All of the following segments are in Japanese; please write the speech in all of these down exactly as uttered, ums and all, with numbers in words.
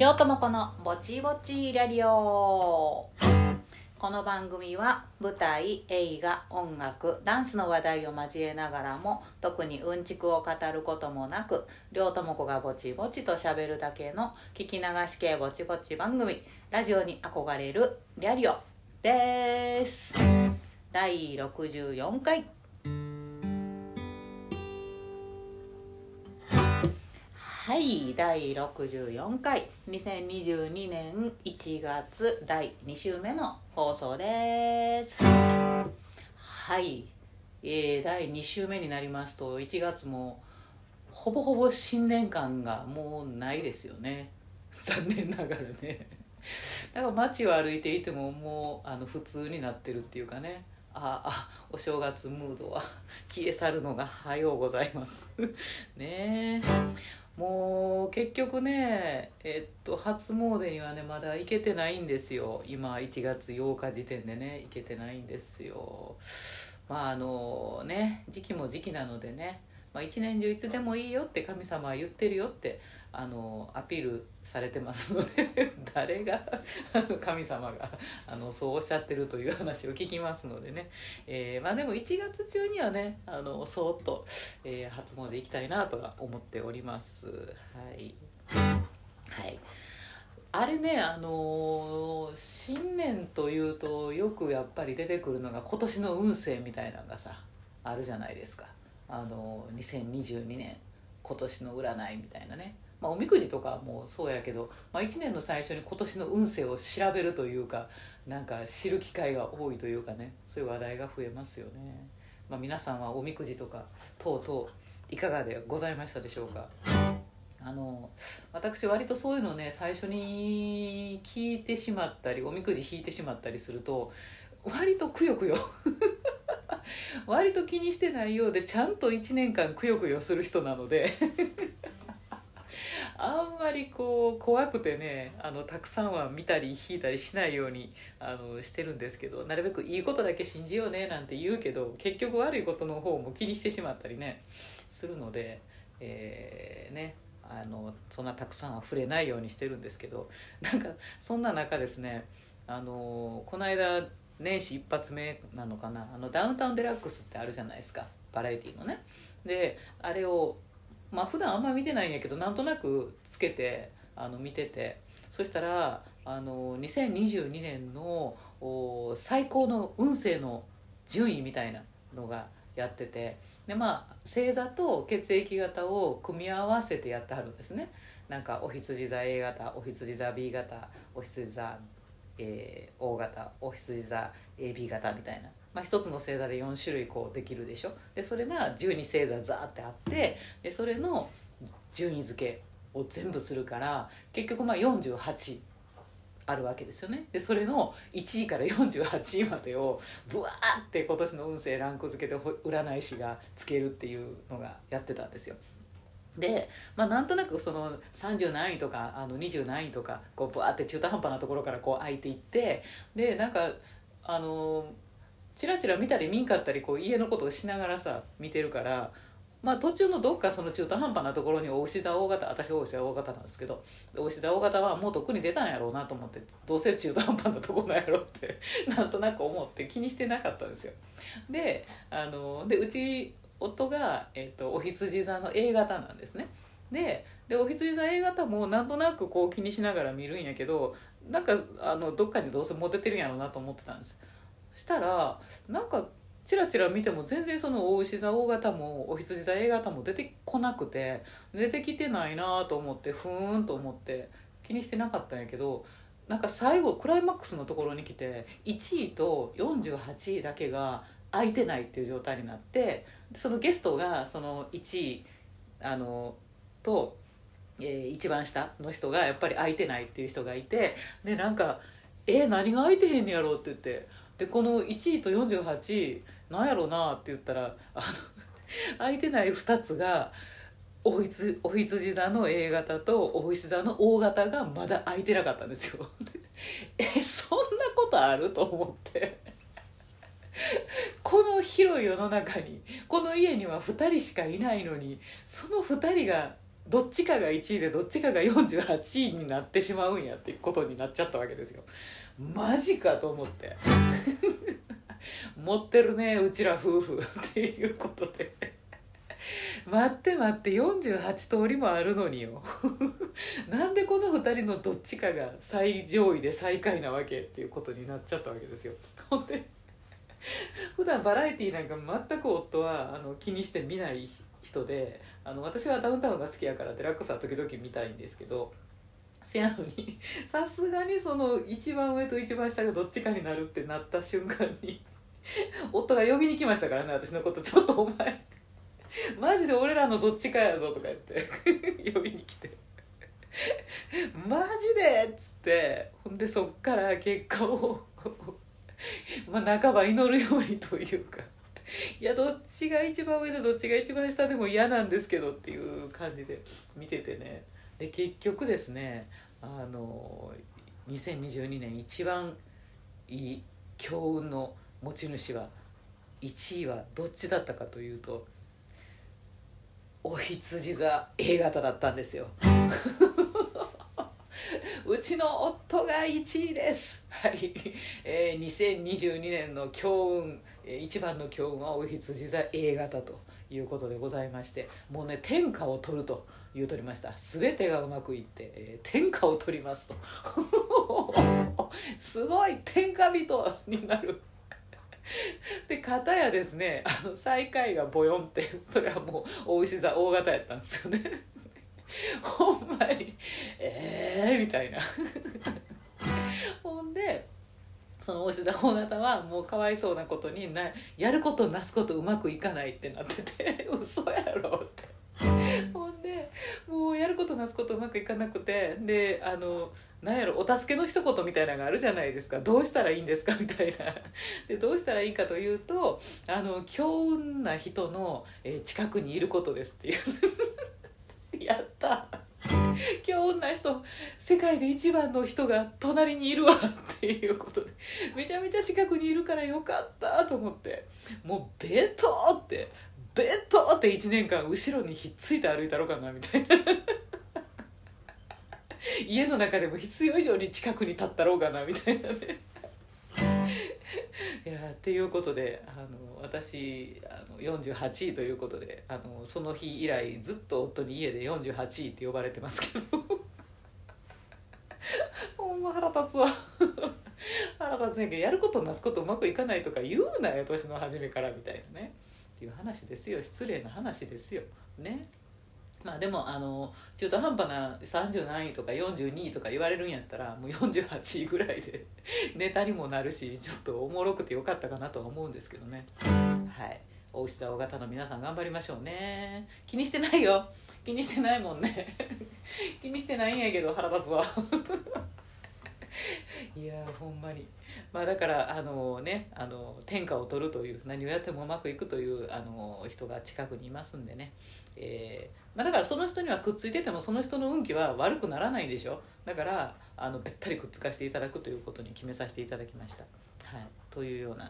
りょうともこのぼちぼちラリオ。この番組は舞台、映画、音楽、ダンスの話題を交えながらも特にうんちくを語ることもなく、りょうともこがぼちぼちと喋るだけの聞き流し系ぼちぼち番組、ラジオに憧れるリャリオです。だいろくじゅうよんかい。はい、だいろくじゅうよんかい、にせんにじゅうにねんいちがつだいに週目の放送です。はい、えー、だいに週目になりますといちがつもほぼほぼ新年感がもうないですよね。残念ながらね。だから街を歩いていてももうあの普通になってるっていうかね、ああお正月ムードは消え去るのが早うございますねえ。もう結局ねえっと初詣にはねまだ行けてないんですよ。今いちがつようか時点でね行けてないんですよ。まああのね時期も時期なのでね、まあ、一年中いつでもいいよって神様は言ってるよってあのアピールされてますので誰が神様があのそうおっしゃってるという話を聞きますのでね、えー、まあでもいちがつ中にはねあのそーっと、えー、初詣行きたいなとは思っております。はいはいあれね、あのー、新年というとよくやっぱり出てくるのが今年の運勢みたいなのがさあるじゃないですか。あのー、にせんにじゅうにねん今年の占いみたいなね、まあ、おみくじとかもそうやけど、まあ、いちねんの最初に今年の運勢を調べるというかなんか知る機会が多いというかね、そういう話題が増えますよね。まあ、皆さんはおみくじとか等々いかがでございましたでしょうか。あの私割とそういうのね最初に聞いてしまったりおみくじ引いてしまったりすると割とくよくよ割と気にしてないようでちゃんといちねんかんくよくよする人なのであんまりこう怖くてねあのたくさんは見たり引いたりしないようにあのしてるんですけど、なるべくいいことだけ信じようねなんて言うけど結局悪いことの方も気にしてしまったりねするので、えー、ねあのそんなたくさんは触れないようにしてるんですけど、なんかそんな中ですねあのこの間年始一発目なのかな、あのダウンタウンデラックスってあるじゃないですか、バラエティのね。であれをまあ普段あんま見てないんやけどなんとなくつけてあの見てて、そしたらあのにせんにじゅうにねんの最高の運勢の順位みたいなのがやってて、でまあ星座と血液型を組み合わせてやってはるんですね。なんかお羊座 A 型、お羊座 B 型、お羊座、えー、O 型、お羊座 エービー 型みたいな、まあ、一つの星座でよん種類こうできるでしょ。でそれがじゅうに星座ザーってあって、でそれの順位付けを全部するから結局まあよんじゅうはちあるわけですよね。でそれのいちいからよんじゅうはちいまでをブワーって今年の運勢ランク付けで占い師がつけるっていうのがやってたんですよ。で、まあ、なんとなくそのさんじゅう何位とかあのにじゅう何位とかこうブワーって中途半端なところからこう開いていって、でなんかあのチラチラ見たり見んかったりこう家のことをしながらさ見てるから、まあ、途中のどっかその中途半端なところにお牛座大型、私お牛座大型なんですけど、お牛座大型はもうとっくに出たんやろうなと思って、どうせ中途半端なところなんやろうってなんとなく思って気にしてなかったんですよ。であのでうち夫が、えー、とお羊座の A 型なんですね。ででお羊座 A 型もなんとなくこう気にしながら見るんやけど、なんかあのどっかにどうせモテてるんやろうなと思ってたんです。したらなんかチラチラ見ても全然そのお牛座 O 型もお羊座 A 型も出てこなくて、出てきてないなと思ってふーんと思って気にしてなかったんやけど、なんか最後クライマックスのところに来ていちいとよんじゅうはちいだけが空いてないっていう状態になって、そのゲストがそのいちいあのと、えー、一番下の人がやっぱり空いてないっていう人がいて、でなんか「えー、何が空いてへんねやろ?」って言って、でこのいちいとよんじゅうはちいなんやろなって言ったらあの空いてないふたつがお羊、お羊座の A 型とお牛座の O 型がまだ空いてなかったんですよえそんなことあると思ってこの広い世の中にこの家にはふたりしかいないのにそのふたりがどっちかがいちいでどっちかがよんじゅうはちいになってしまうんやってことになっちゃったわけですよ。マジかと思って持ってるねうちら夫婦っていうことで待って待ってよんじゅうはち通りもあるのによなんでこのふたりのどっちかが最上位で最下位なわけっていうことになっちゃったわけですよ。ほんで普段バラエティーなんか全く夫はあの気にして見ない人で、あの私はダウンタウンが好きやからデラックスは時々見たいんですけど、せやのにさすがにその一番上と一番下がどっちかになるってなった瞬間に夫が呼びに来ましたからね、私のこと。ちょっとお前マジで俺らのどっちかやぞとか言って呼びに来てマジでっつって、ほんでそっから結果をまあ半ば祈るようにというか、いやどっちが一番上でどっちが一番下でも嫌なんですけどっていう感じで見ててね。で結局ですね、あのにせんにじゅうにねん一番いい強運の持ち主はいちいはどっちだったかというと、お羊座 A 型だったんですようちの夫がいちいです。はい、えー、にせんにじゅうにねんの強運、えー、一番の強運はお羊座 A 型ということでございまして、もうね天下を取ると言うとりました。全てがうまくいって、えー、天下を取りますとすごい天下人になるで片やですね、あの最下位がボヨンって、それはもうお牛座 O 型やったんですよねほんまにえーみたいなほんでそのお牛座 O 型はもうかわいそうなことにな、やることなすことうまくいかないってなってて嘘やろってほんでもうやることなすことうまくいかなくて、であのなんやろ、お助けの一言みたいなのがあるじゃないですか。どうしたらいいんですかみたいな。でどうしたらいいかというと、あの強運な人の、えー近くにいることですっていうやった強運な人、世界で一番の人が隣にいるわっていうことで、めちゃめちゃ近くにいるからよかったと思って、もうベトーってベトーっていちねんかん後ろにひっついて歩いたろうかなみたいな家の中でも必要以上に近くに立ったろうかなみたいなねいやっていうことで、あの私あのよんじゅうはちいということで、あのその日以来ずっと夫に家でよんじゅうはちいって呼ばれてますけどほんま腹立つわ腹立つんやけど、やることなすことうまくいかないとか言うなよ年の初めからみたいなねっていう話ですよ。失礼な話ですよね。まあでもあの中途半端なさんじゅうなんいとかよんじゅうにいとか言われるんやったらもうよんじゅうはちいぐらいでネタにもなるし、ちょっとおもろくてよかったかなとは思うんですけどね。はい、大牛座 O 型の皆さん頑張りましょうね。気にしてないよ、気にしてないもんね気にしてないんやけど腹立つわいやほんまに、まあだからあのね、あの天下を取るという、何をやってもうまくいくというあの人が近くにいますんでね、えーまあ、だからその人にはくっついててもその人の運気は悪くならないでしょ。だからあのべったりくっつかせていただくということに決めさせていただきました。はい、というような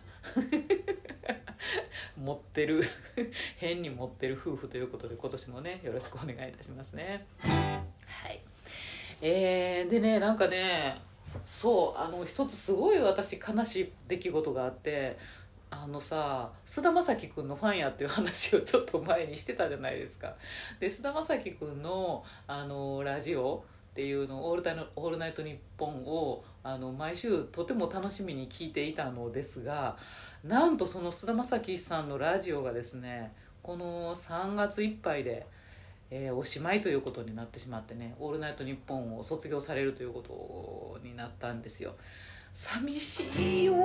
持ってる変に持ってる夫婦ということで、今年もねよろしくお願いいたしますね。はい、えー、でね、なんかね、そうあの一つすごい私悲しい出来事があって、あのさ菅田将暉くんのファンやっていう話をちょっと前にしてたじゃないですか。で菅田将暉くんのあのラジオっていうのオールタイのオールナイトニッポンをあの毎週とても楽しみに聞いていたのですが、なんとその菅田将暉さんのラジオがですね、このさんがついっぱいでえー、おしまいということになってしまってね、オールナイトニッポンを卒業されるということになったんですよ。寂しいよ。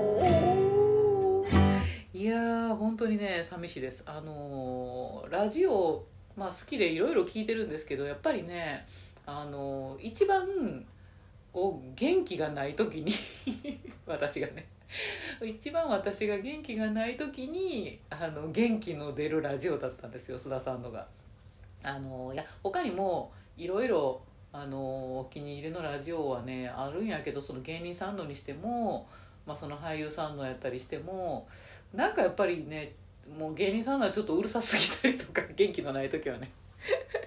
いやー本当にね寂しいです。あのーラジオ、まあ、好きでいろいろ聞いてるんですけど、やっぱりね、あのー一番こう元気がない時に私がね一番私が元気がない時にあの元気の出るラジオだったんですよ、須田さんのが。あのいや他にもいろいろあのお気に入りのラジオはねあるんやけど、その芸人さんのにしても、まあ、その俳優さんのやったりしても、なんかやっぱりねもう芸人さんのはちょっとうるさすぎたりとか元気のない時はね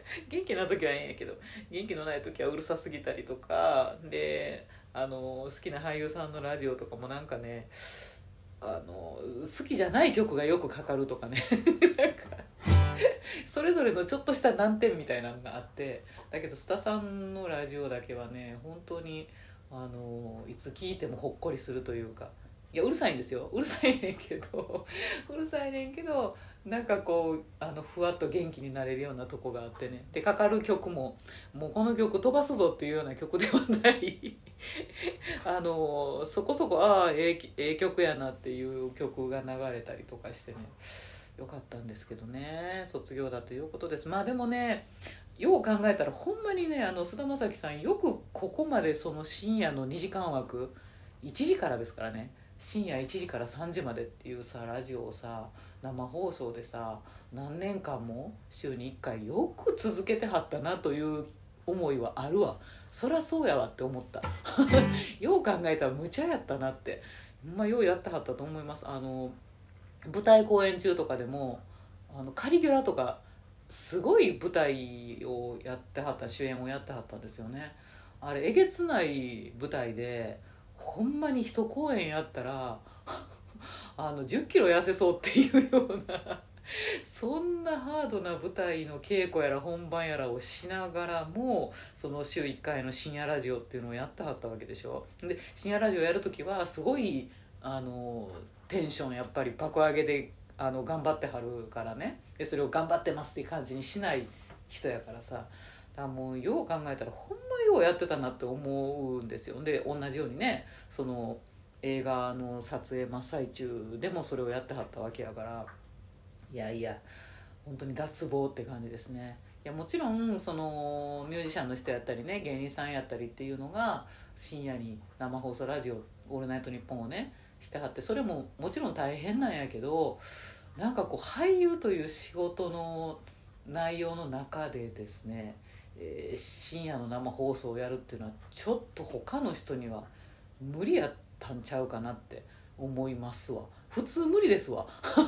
元気な時はいいんやけど、元気のない時はうるさすぎたりとかで、あの好きな俳優さんのラジオとかもなんかね、あの好きじゃない曲がよくかかるとかねなんかそれぞれのちょっとした難点みたいなのがあって、だけど須田さんのラジオだけはね本当にあのいつ聴いてもほっこりするというか、いやうるさいんですよ、うるさいねんけどうるさいねんけどなんかこうあのふわっと元気になれるようなとこがあってね、でかかる曲ももうこの曲飛ばすぞっていうような曲ではないあのそこそこああええええ曲やなっていう曲が流れたりとかしてね、よかったんですけどね、卒業だということです。まあでもね、よう考えたらほんまにね、あの菅田将暉さんよくここまでその深夜のにじかん枠、いちじからですからね、深夜いちじからさんじまでっていうさラジオをさ生放送でさ何年間も週にいっかいよく続けてはったなという思いはあるわ。そりゃそうやわって思ったよう考えたら無茶やったなって、まあようやってはったと思います。あの舞台公演中とかでもあのカリギュラとかすごい舞台をやってはった、主演をやってはったんですよね。あれえげつない舞台でほんまに一公演やったらあのじゅっキロ痩せそうっていうようなそんなハードな舞台の稽古やら本番やらをしながらも、その週いっかいの深夜ラジオっていうのをやってはったわけでしょ。で深夜ラジオやるときはすごいあのテンションやっぱり爆上げであの頑張ってはるからね、でそれを頑張ってますっていう感じにしない人やからさ、だからもうよう考えたらほんまようやってたなって思うんですよ。で同じようにね、その映画の撮影真っ最中でもそれをやってはったわけやから、いやいや本当に脱帽って感じですね。いやもちろんそのミュージシャンの人やったりね、芸人さんやったりっていうのが深夜に生放送ラジオオールナイトニッポンをねしてはって、それももちろん大変なんやけど、なんかこう俳優という仕事の内容の中でですね、えー深夜の生放送をやるっていうのはちょっと他の人には無理やったんちゃうかなって思いますわ。普通無理ですわ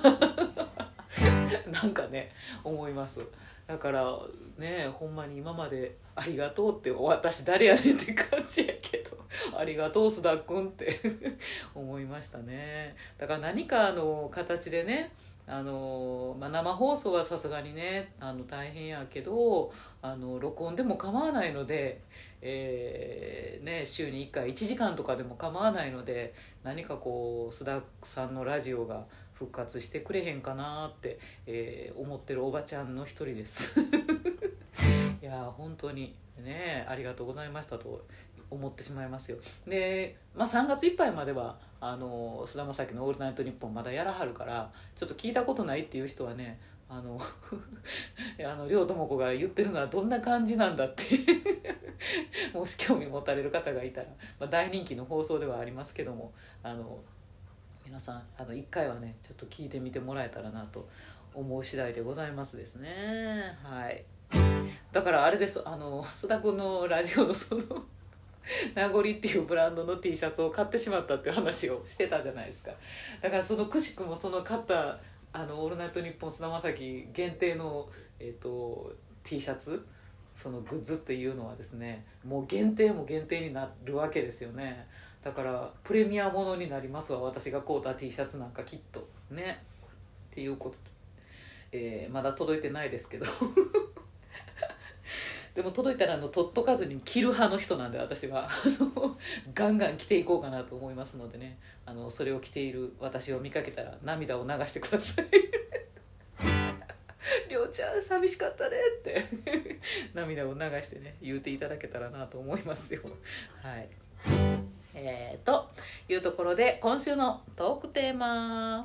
なんかね思います。だからね、ほんまに今までありがとうって、私誰やねんって感じやけどありがとう須田君って思いましたね。だから何かの形でね、あの、まあ、生放送はさすがにねあの大変やけど、あの録音でも構わないので、えーね、週にいっかいいちじかんとかでも構わないので、何かこう須田さんのラジオが復活してくれへんかなって、えー思ってるおばちゃんの一人ですいや本当にねありがとうございましたと思ってしまいますよ。で、まあ、さんがついっぱいまではあの菅田将暉の「オールナイトニッポン」まだやらはるから、ちょっと聞いたことないっていう人はね、あのあの両友子が言ってるのはどんな感じなんだってもし興味持たれる方がいたら、まあ、大人気の放送ではありますけども、あの皆さんあのいっかいはねちょっと聞いてみてもらえたらなと思う次第でございますですね。はい、だからあれです、あの須田君のラジオのその名残っていうブランドの T シャツを買ってしまったっていう話をしてたじゃないですか。だからそのくしくもその買ったあのオールナイトニッポン菅田将暉限定の、えー、と T シャツ、そのグッズっていうのはですね、もう限定も限定になるわけですよね。だからプレミアものになりますわ、私が買うた T シャツなんかきっとね。っていうこと、えーまだ届いてないですけどでも届いたらあの取っとかずに着る派の人なんで、私はあのガンガン着ていこうかなと思いますのでね、あのそれを着ている私を見かけたら涙を流してくださいりょうちゃん寂しかったねって涙を流してね言うていただけたらなと思いますよ。はい、えー、というところで今週のトークテーマ、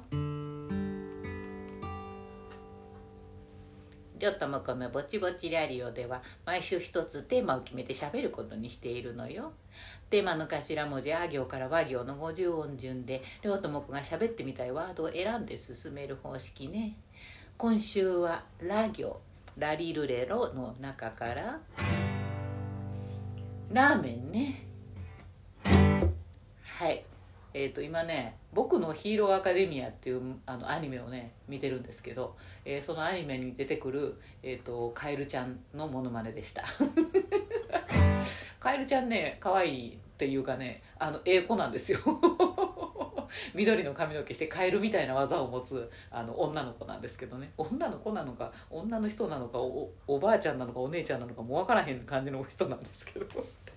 りょうともこのぼちぼちラリオでは毎週一つテーマを決めて喋ることにしているのよ。テーマの頭文字あ行から和行のごじゅう音順でりょうともこが喋ってみたいワードを選んで進める方式ね。今週はラ行ラリルレロの中からラーメンね。はい、 えー、と今ね「僕のヒーローアカデミア」っていうあのアニメをね見てるんですけど、えーそのアニメに出てくる、えー、とカエルちゃんのモノマネでした。カエルちゃんね可愛いっていうかね、あのええ子なんですよ。緑の髪の毛してカエルみたいな技を持つあの女の子なんですけどね、女の子なのか女の人なのか お, おばあちゃんなのかお姉ちゃんなのかもう分からへん感じの人なんですけど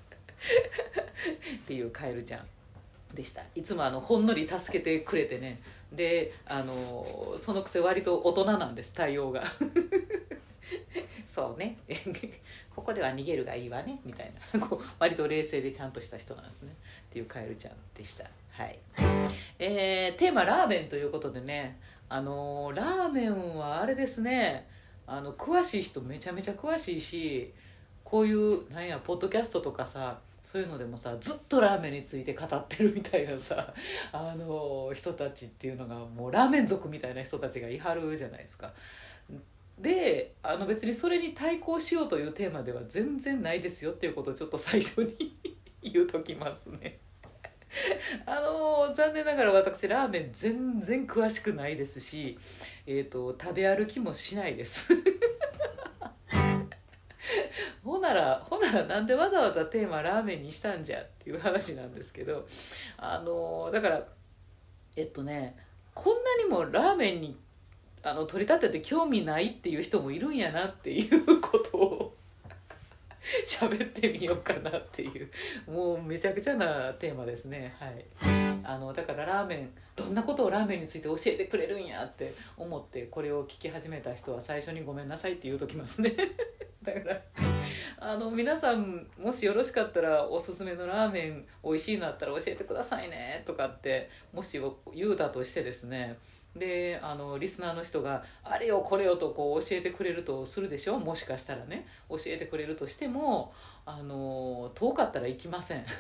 っていうカエルちゃんでした。いつもあのほんのり助けてくれてね、であのそのくせ割と大人なんです、対応が。そうねここでは逃げるがいいわねみたいな、こう割と冷静でちゃんとした人なんですねっていうカエルちゃんでした。はい、えー、テーマラーメンということでね、あのーラーメンはあれですね、あの詳しい人めちゃめちゃ詳しいし、こういうなんやポッドキャストとかさ、そういうのでもさずっとラーメンについて語ってるみたいなさ、あのー人たちっていうのがもうラーメン族みたいな人たちがいはるじゃないですか。であの別にそれに対抗しようというテーマでは全然ないですよっていうことをちょっと最初に言うときますね。あの残念ながら私ラーメン全然詳しくないですし、えーと、食べ歩きもしないです。ほならほならなんでわざわざテーマラーメンにしたんじゃっていう話なんですけど、あのだからえっとねこんなにもラーメンにあの取り立てて興味ないっていう人もいるんやなっていうことを喋ってみようかなっていう、もうめちゃくちゃなテーマですね。はい、あのだからラーメンどんなことをラーメンについて教えてくれるんやって思ってこれを聞き始めた人は最初にごめんなさいって言うときますね。だからあの皆さんもしよろしかったらおすすめのラーメン美味しいのあったら教えてくださいねとかってもし言うだとしてですね、であのリスナーの人があれよこれよとこう教えてくれるとするでしょ、もしかしたらね教えてくれるとしてもあの遠かったら行きません。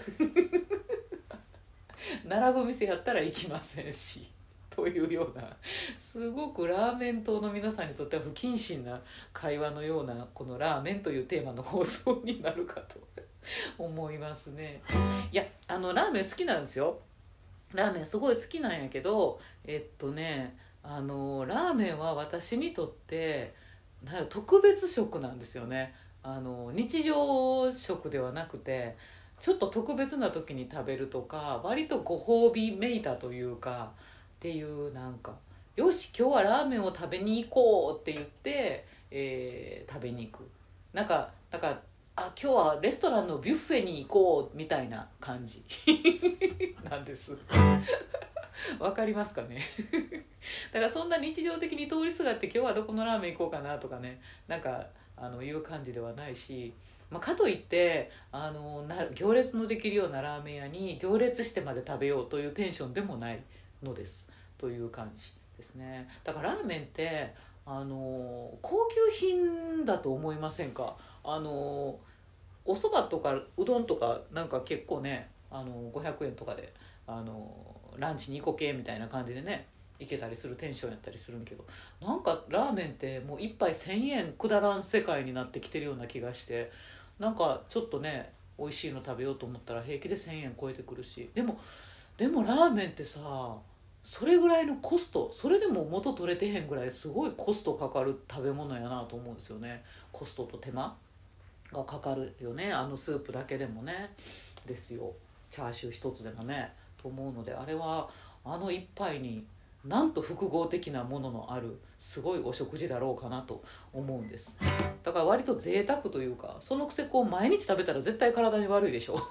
並ぶ店やったら行きませんしというような、すごくラーメン党の皆さんにとっては不謹慎な会話のようなこのラーメンというテーマの放送になるかと思いますね。いやあのラーメン好きなんですよ。ラーメンすごい好きなんやけど、えっとねあのラーメンは私にとってなんやろ特別食なんですよね。あの日常食ではなくてちょっと特別な時に食べるとか、割とご褒美めいたというかっていう、なんかよし今日はラーメンを食べに行こうって言って、えー食べに行く、なんかだからあ今日はレストランのビュッフェに行こうみたいな感じなんです。わかりますかね。だからそんな日常的に通りすがって今日はどこのラーメン行こうかなとかね、なんかあのいう感じではないし、まあ、かといってあのな行列のできるようなラーメン屋に行列してまで食べようというテンションでもないのですという感じですね。だからラーメンってあの高級品だと思いませんか？あのお蕎麦とかうどんとかなんか結構ねあのごひゃくえんとかであのランチに行こけみたいな感じでね行けたりするテンションやったりするんけど、なんかラーメンってもう一杯せんえんくだらん世界になってきてるような気がして、なんかちょっとね美味しいの食べようと思ったら平気でせんえん超えてくるし、でもでもラーメンってさそれぐらいのコスト、それでも元取れてへんぐらいすごいコストかかる食べ物やなと思うんですよね。コストと手間がかかるよね、あのスープだけでもねですよ、チャーシュー一つでもねと思うので、あれはあの一杯になんと複合的なもののあるすごいお食事だろうかなと思うんです。だから割と贅沢というか、そのくせこう毎日食べたら絶対体に悪いでしょ。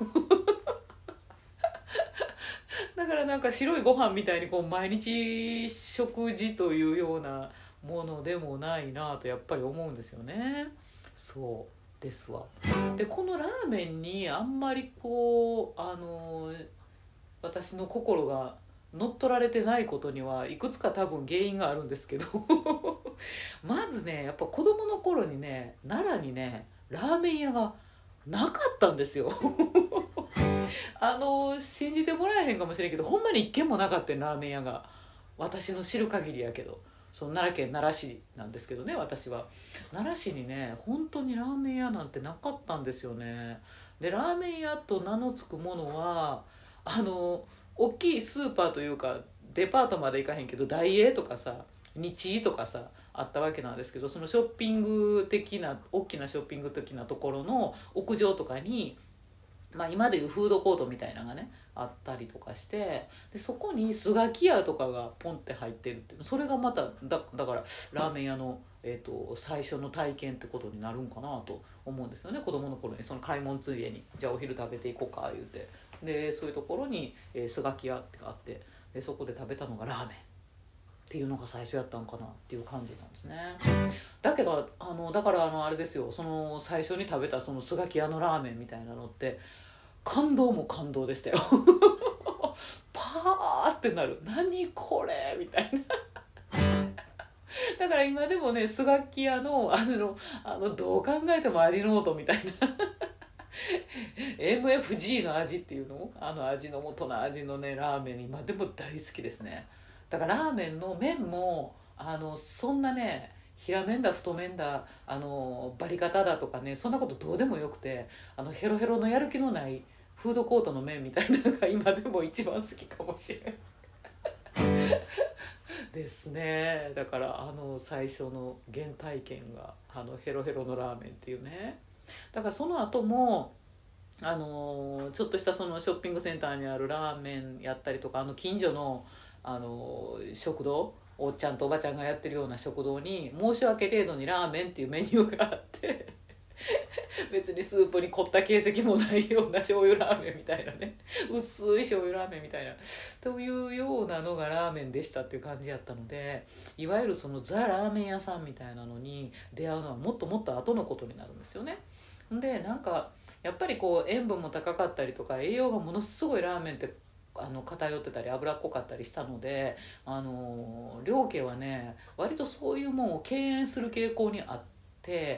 だからなんか白いご飯みたいにこう毎日食事というようなものでもないなとやっぱり思うんですよね。そうですわ。でこのラーメンにあんまりこうあの私の心が乗っ取られてないことにはいくつか多分原因があるんですけどまずねやっぱ子供の頃にね奈良にねラーメン屋がなかったんですよ。あの信じてもらえへんかもしれんけどほんまに一軒もなかったラーメン屋が、私の知る限りやけど、その奈良県奈良市なんですけどね、私は奈良市にね本当にラーメン屋なんてなかったんですよね。でラーメン屋と名の付くものはあの大きいスーパーというかデパートまで行かへんけどダイエーとかさ日医とかさあったわけなんですけど、そのショッピング的な大きなショッピング的なところの屋上とかに、まあ、今でいうフードコートみたいなのがねあったりとかして、でそこにスガキ屋とかがポンって入ってるっていう、それがまただだからラーメン屋の、えー、と最初の体験ってことになるんかなと思うんですよね。子供の頃にその買い物ついでにじゃあお昼食べていこうか言うて、でそういうところに、えー、スガキ屋ってがあって、でそこで食べたのがラーメンっていうのが最初やったんかなっていう感じなんですね。だけどあのだからあのあれですよ、その最初に食べたそのスガキ屋のラーメンみたいなのって感動も感動でしたよパーってなる、何これみたいなだから今でもねスガキ屋のあのあのどう考えても味の素みたいなエムエフジー の味っていうの、あの味の素の味のねラーメン今でも大好きですね。だからラーメンの麺もあのそんなね平麺だ太麺だあのバリカタだとかね、そんなことどうでもよくて、あのヘロヘロのやる気のないフードコートの麺みたいなのが今でも一番好きかもしれんですね。だからあの最初の原体験があのヘロヘロのラーメンっていうね。だからその後もあのちょっとしたそのショッピングセンターにあるラーメンやったりとか、あの近所のあの食堂、おっちゃんとおばちゃんがやってるような食堂に申し訳程度にラーメンっていうメニューがあって別にスープに凝った形跡もないような醤油ラーメンみたいなね、薄い醤油ラーメンみたいなというようなのがラーメンでしたっていう感じやったので、いわゆるそのザ・ラーメン屋さんみたいなのに出会うのはもっともっと後のことになるんですよね。でなんかやっぱりこう塩分も高かったりとか栄養がものすごいラーメンってあの偏ってたり脂っこかったりしたので、あの両家はね割とそういうもんを敬遠する傾向にあって、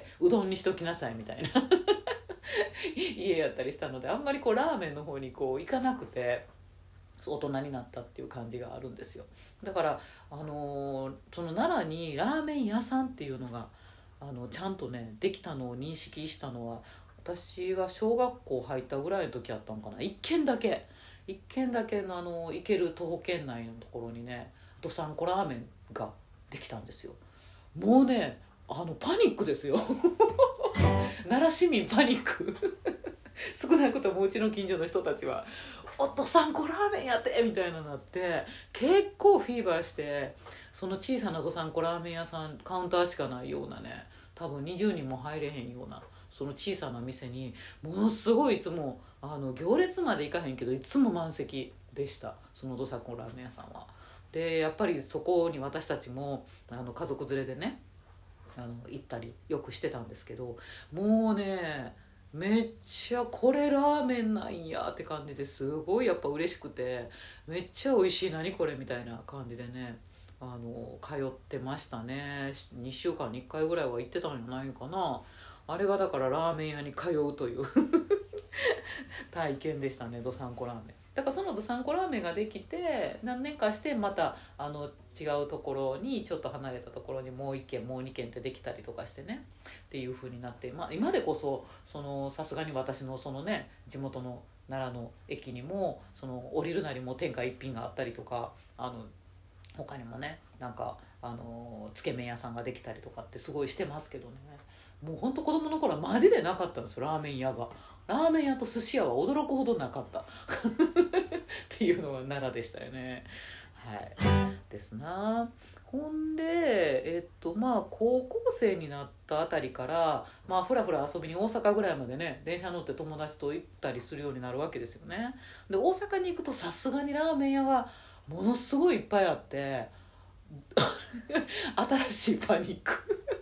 うどんにしときなさいみたいな家やったりしたので、あんまりこうラーメンの方にこう行かなくて大人になったっていう感じがあるんですよ。だから、あのその奈良にラーメン屋さんっていうのがあのちゃんとねできたのを認識したのは、私が小学校入ったぐらいの時やったのかな。一軒だけ一軒だけのあの行ける徒歩圏内のところにねどさんこラーメンができたんですよ。もうねあのパニックですよ奈良市民パニック少なくともうちの近所の人たちはおどさんこラーメンやってみたいなのなって、結構フィーバーして、その小さなどさんこラーメン屋さんカウンターしかないようなね、多分にじゅうにんも入れへんようなその小さな店にものすごいいつもあの行列まで行かへんけどいつも満席でした、そのどさんこラーメン屋さんは。でやっぱりそこに私たちもあの家族連れでねあの行ったりよくしてたんですけど、もうねめっちゃこれラーメンなんやって感じですごいやっぱ嬉しくて、めっちゃ美味しい何これみたいな感じでねあの通ってましたね。にしゅうかんにいっかいぐらいは行ってたんじゃないのかな。あれがだからラーメン屋に通うという体験でしたね、どさんこラーメン。だからそのどさんこラーメンができて何年かしてまたあの違うところにちょっと離れたところにもういっけんもうにけんってできたりとかしてねっていう風になって、まあ、今でこそそのさすがに私のそのね地元の奈良の駅にもその降りるなりも天下一品があったりとか、あの他にもねなんかあのつけ麺屋さんができたりとかってすごいしてますけどね、もうほんと子供の頃はマジでなかったんですよラーメン屋が。ラーメン屋と寿司屋は驚くほどなかったっていうのが奈良でしたよね。はいですな。ほんでえっとまあ高校生になったあたりからまあふらふら遊びに大阪ぐらいまでね電車乗って友達と行ったりするようになるわけですよね。で大阪に行くとさすがにラーメン屋がものすごいいっぱいあって新しいパニック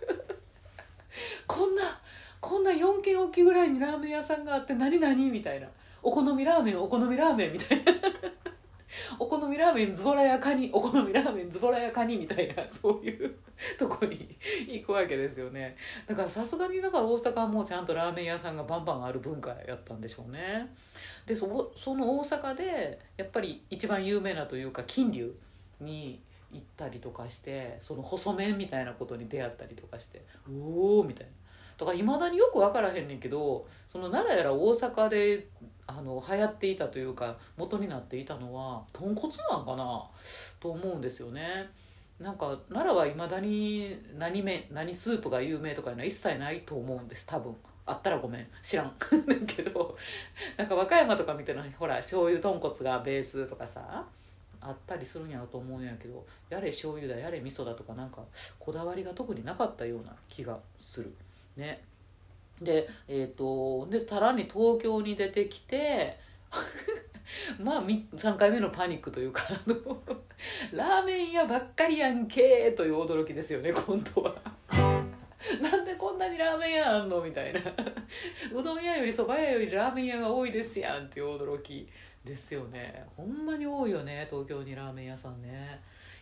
こんなこんなよんけん置きぐらいにラーメン屋さんがあって何何みたいな、お好みラーメンお好みラーメンみたいなお好みラーメンズボラやカニお好みラーメンズボラやカニみたいなそういうとこに行くわけですよね。だからさすがにだから大阪はもうちゃんとラーメン屋さんがバンバンある文化やったんでしょうね。で そ, その大阪でやっぱり一番有名なというか金龍に行ったりとかして、その細麺みたいなことに出会ったりとかして、おおみたいな。だからいまだによく分からへんねんけど、その奈良やら大阪であの流行っていたというか元になっていたのは豚骨なんかなと思うんですよね。なんか奈良はいまだに何麺何スープが有名とかいうのは一切ないと思うんです。多分あったらごめん知らんねんけど、なんか和歌山とか見てるのほら醤油豚骨がベースとかさあったりするんやと思うんやけど、やれ醤油だやれ味噌だとかなんかこだわりが特になかったような気がするね。でえっ、とでさらに東京に出てきてまあさんかいめのパニックというかあのラーメン屋ばっかりやんけという驚きですよね今度は。なんでこんなにラーメン屋あんのみたいなうどん屋よりそば屋よりラーメン屋が多いですやんっていう驚きですよね。ほんまに多いよね東京にラーメン屋さんね。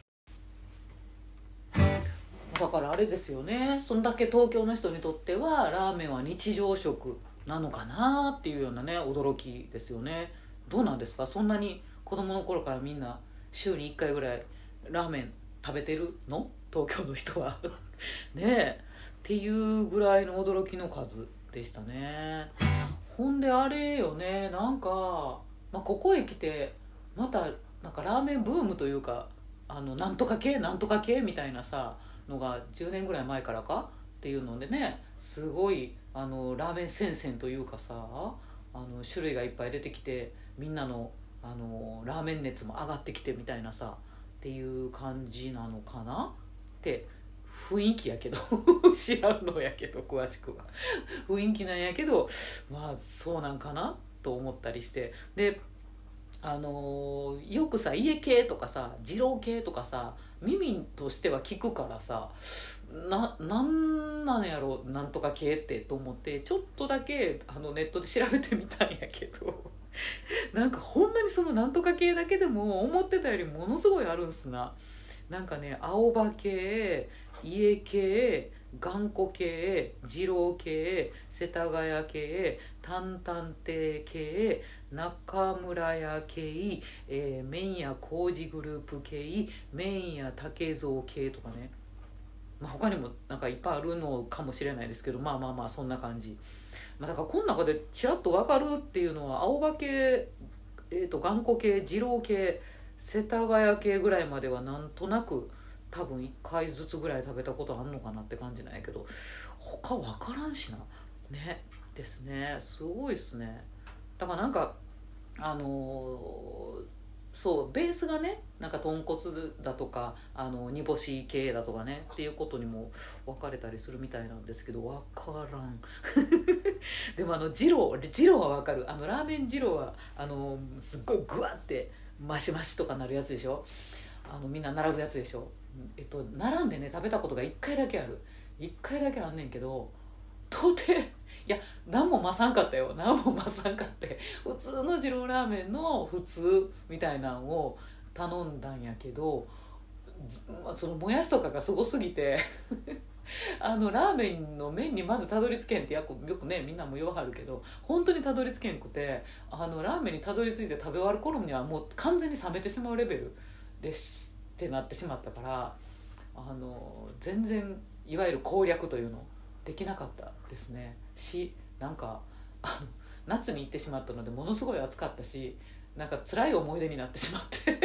だからあれですよね、そんだけ東京の人にとってはラーメンは日常食なのかなっていうようなね驚きですよね。どうなんですか、そんなに子供の頃からみんな週にいっかいぐらいラーメン食べてるの東京の人はねえっていうぐらいの驚きの数でしたね。ほんであれよね、なんか、まあ、ここへ来てまたなんかラーメンブームというか、あのなんとか系なんとか系みたいなさのがじゅうねんぐらい前からかっていうのでね、すごいあのラーメン戦線というかさ、あの種類がいっぱい出てきてみんなの、あのラーメン熱も上がってきてみたいなさっていう感じなのかなって雰囲気やけど知らんのやけど詳しくは雰囲気なんやけど、まあそうなんかなと思ったりして、であのーよくさ家系とかさ二郎系とかさ耳としては聞くからさ、ななんなんやろなんとか系ってと思ってちょっとだけあのネットで調べてみたんやけどなんかほんまにそのなんとか系だけでも思ってたよりものすごいあるんすな。なんかね青葉系、家系、頑固系、二郎系、世田谷系、担々亭系、中村屋系、えー、麺屋工事グループ系、麺屋竹蔵系とかね、まあ、他にもなんかいっぱいあるのかもしれないですけど、まあまあまあそんな感じ、まあ、だからこの中でちらっと分かるっていうのは青葉系、えー、と頑固系、二郎系、世田谷系ぐらいまではなんとなく多分いっかいずつぐらい食べたことあんのかなって感じなんやけど、他分からんしなねですね。すごいっすね。だからなんかあのーそうベースがねなんか豚骨だとかあの煮干し系だとかねっていうことにも分かれたりするみたいなんですけど、分からんでもあの二郎二郎は分かる、あのラーメン二郎はあのすっごいグワってマシマシとかなるやつでしょ、あのみんな並ぶやつでしょ。えっと並んでね食べたことがいっかいだけあるいっかいだけあんねんけど、到底いや何も増さんかったよ、何も増さんかって普通の二郎ラーメンの普通みたいなのを頼んだんやけど、そのもやしとかがすごすぎてあのラーメンの麺にまずたどり着けんってよくよくねみんなも言わはるけど、本当にたどり着けんくて、あのラーメンにたどり着いて食べ終わる頃にはもう完全に冷めてしまうレベルですってなってしまったから、あの全然いわゆる攻略というのできなかったですねし、なんかあの夏に行ってしまったのでものすごい暑かったし、なんか辛い思い出になってしまって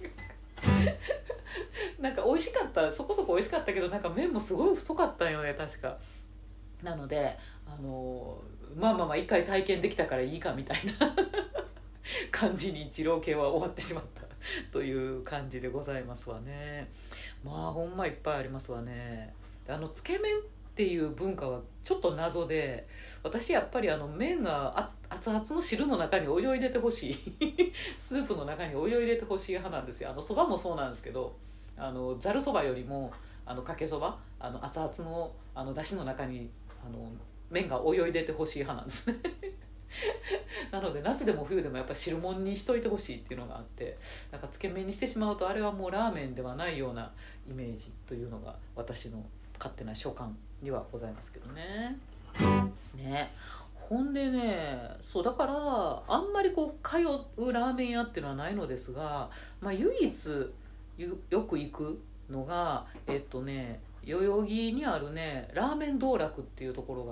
なんか美味しかった、そこそこ美味しかったけどなんか麺もすごい太かったんよね確か。なのであのまあまあまあ一回体験できたからいいかみたいな感じに二郎系は終わってしまったという感じでございますわね。まあほんまいっぱいありますわね。あのつけ麺っていう文化はちょっと謎で、私やっぱりあの麺があ熱々の汁の中にお湯を入れてほしいスープの中にお湯を入れてほしい派なんですよ。あのそばもそうなんですけど、あのざるそばよりもあのかけそば、あの熱々のあのだしの中にあの麺がお湯を入れてほしい派なんですねなので夏でも冬でもやっぱ汁物にしといてほしいっていうのがあって、なんかつけ麺にしてしまうとあれはもうラーメンではないようなイメージというのが私の勝手な所感にはございますけどね。ね、ほんでね、そうだからあんまりこう通うラーメン屋っていうのはないのですが、まあ、唯一よく行くのがえっとね代々木にあるねラーメン道楽っていうところが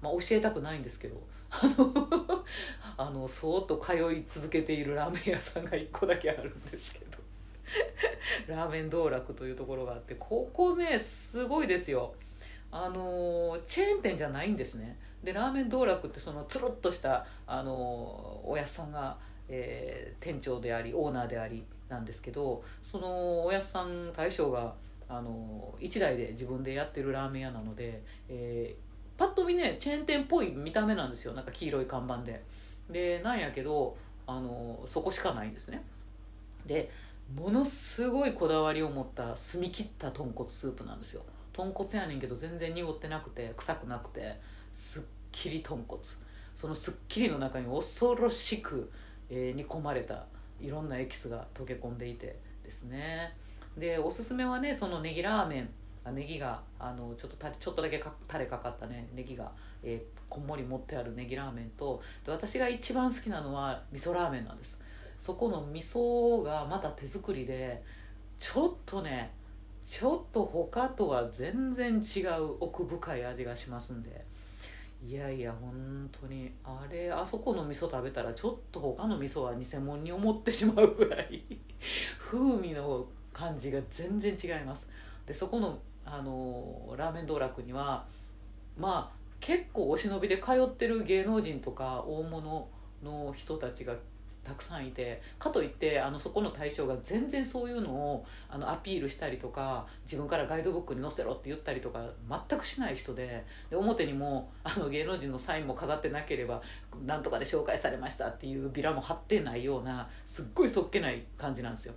まあ、教えたくないんですけどあのあのそーっと通い続けているラーメン屋さんがいっこだけあるんですけどラーメン道楽というところがあって、ここねすごいですよ。あのチェーン店じゃないんですね。でラーメン道楽ってそのつるっとしたあのおやっさんが、えー店長でありオーナーでありなんですけど、そのおやっさん大将があの一代で自分でやってるラーメン屋なので、えーパッと見ねチェーン店っぽい見た目なんですよ。なんか黄色い看板ででなんやけど、あのそこしかないんですね。でものすごいこだわりを持った澄み切った豚骨スープなんですよ。豚骨やねんけど全然濁ってなくて臭くなくてすっきり豚骨。そのすっきりの中に恐ろしく、えー煮込まれたいろんなエキスが溶け込んでいてですね。でおすすめはね、そのネギラーメン、あネギがあのちょっとたちょっとだけかタレかかったねネギが、えーこんもり持ってあるネギラーメンと、で私が一番好きなのは味噌ラーメンなんです。そこの味噌がまた手作りで、ちょっとねちょっと他とは全然違う奥深い味がしますんで、いやいや本当にあれあそこの味噌食べたらちょっと他の味噌は偽物に思ってしまうぐらい風味の感じが全然違います。でそこの、あのラーメン道楽にはまあ結構お忍びで通ってる芸能人とか大物の人たちがたくさんいて、かといってあのそこの大将が全然そういうのをあのアピールしたりとか自分からガイドブックに載せろって言ったりとか全くしない人で、で表にもあの芸能人のサインも飾ってなければなんとかで紹介されましたっていうビラも貼ってないようなすっごいそっけない感じなんですよ。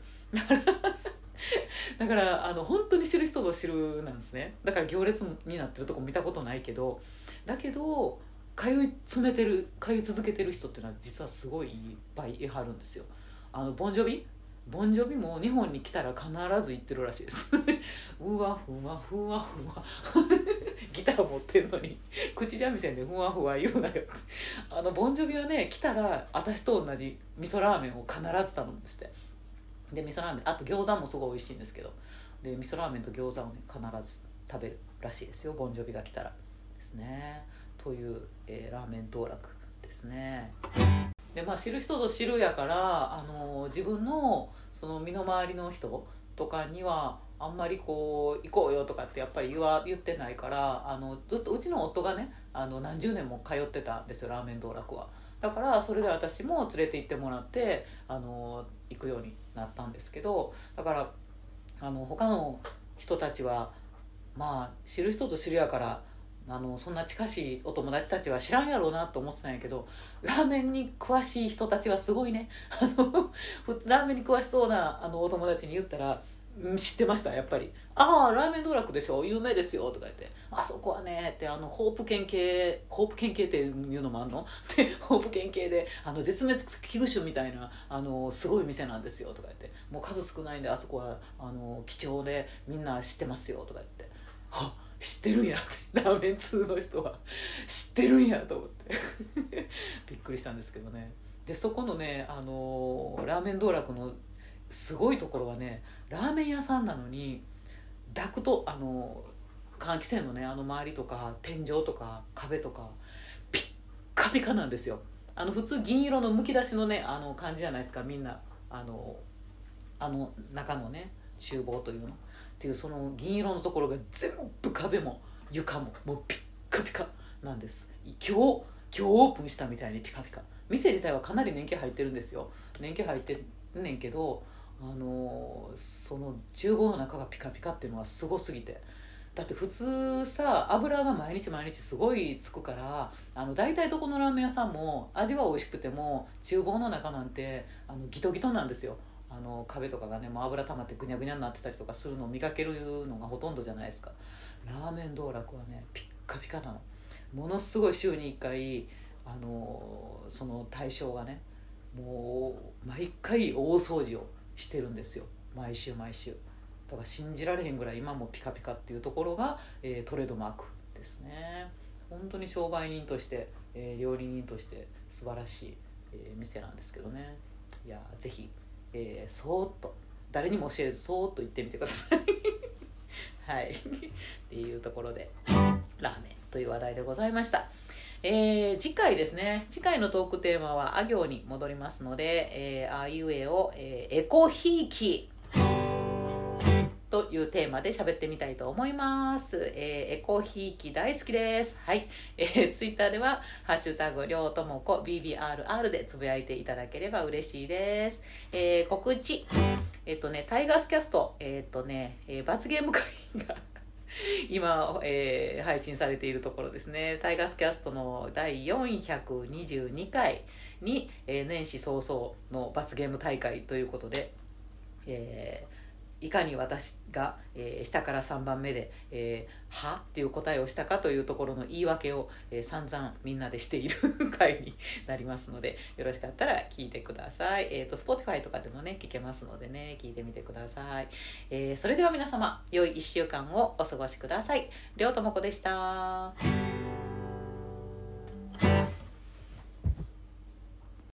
だからあの本当に知る人ぞ知るなんですね。だから行列になってるとこ見たことないけど、だけど通い詰めてる通い続けてる人っていうのは実はすごいいっぱいいはるんですよ。あのボンジョビボンジョビも日本に来たら必ず行ってるらしいですうわふわふわふわギター持ってるのに口三味線でふわふわ言うなよってあのボンジョビはね来たら私と同じ味噌ラーメンを必ず頼むんですって。で味噌ラーメンあと餃子もすごい美味しいんですけど、で味噌ラーメンと餃子をね必ず食べるらしいですよ、ボンジョビが来たらですね。という、えーラーメン道楽ですね。でまあ知る人ぞ知るやから、あの自分のその身の回りの人とかにはあんまりこう行こうよとかってやっぱり言わ言ってないから、あのずっとうちの夫がねあの何十年も通ってたんですよラーメン道楽は。だからそれで私も連れて行ってもらってあの行くようになったんですけど、だからあの他の人たちはまあ知る人ぞ知るやからあのそんな近しいお友達たちは知らんやろうなと思ってたんやけど、ラーメンに詳しい人たちはすごいねあの普通ラーメンに詳しそうなあのお友達に言ったらうん知ってました。やっぱり「ああラーメン道楽でしょ有名ですよ」とか言って「あそこはね」ってあのホープ県系ホープ県系っていうのもあんのでホープ県系であの絶滅危惧種みたいなあのすごい店なんですよとか言って、もう数少ないんであそこはあの貴重でみんな知ってますよとか言って、はっ知ってるんやってラーメン通の人は知ってるんやと思ってびっくりしたんですけどね。でそこのね、あのーラーメン道楽のすごいところはね、ラーメン屋さんなのにダクトあのー換気扇のねあの周りとか天井とか壁とかピッカピカなんですよ。あの普通銀色のむき出しのねあの感じじゃないですか、みんなあのあの中のね厨房というのっていうその銀色のところが全部壁も床ももうピッカピカなんです。今日今日オープンしたみたいにピカピカ。店自体はかなり年季入ってるんですよ。年季入ってんねんけど、あのーその厨房の中がピカピカっていうのはすごすぎて、だって普通さ油が毎日毎日すごいつくから、あの大体どこのラーメン屋さんも味は美味しくても厨房の中なんてあのギトギトなんですよ。あの壁とかがねもう油溜まってぐにゃぐにゃになってたりとかするのを見かけるのがほとんどじゃないですか。ラーメン道楽はねピッカピカなの。ものすごい週にいっかいあのその大将がねもう毎回大掃除をしてるんですよ、毎週毎週。だから信じられへんぐらい今もピカピカっていうところが、えートレードマークですね。本当に商売人として、えー料理人として素晴らしい、えー店なんですけどね。いやぜひ、えーそーっと誰にも教えずそーっと行ってみてくださいはいっていうところでラーメンとという話題でございました。えー、次回ですね、次回のトークテーマはあ行に戻りますので、えー、あいうえを、えー、エコひいきというテーマで喋ってみたいと思います。えー、エコひいき大好きです。はい。えー、ツイッターでは、ハッシュタグ、りょうともこ ビービーアールアール でつぶやいていただければ嬉しいです。えー、告知。えっとね、タイガースキャスト、えっとね、えー、罰ゲーム会が今、えー、配信されているところですね。タイガースキャストのだいよんひゃくにじゅうにかいに、えー、年始早々の罰ゲーム大会ということで、えーいかに私が、えー、下からさんばんめで、えー、はっていう答えをしたかというところの言い訳を、えー、散々みんなでしている回になりますので、よろしかったら聞いてください。えっと、Spotify とかでもね、聞けますのでね、聞いてみてください。えー、それでは皆様、良いいっしゅうかんをお過ごしください。りょうともこでした。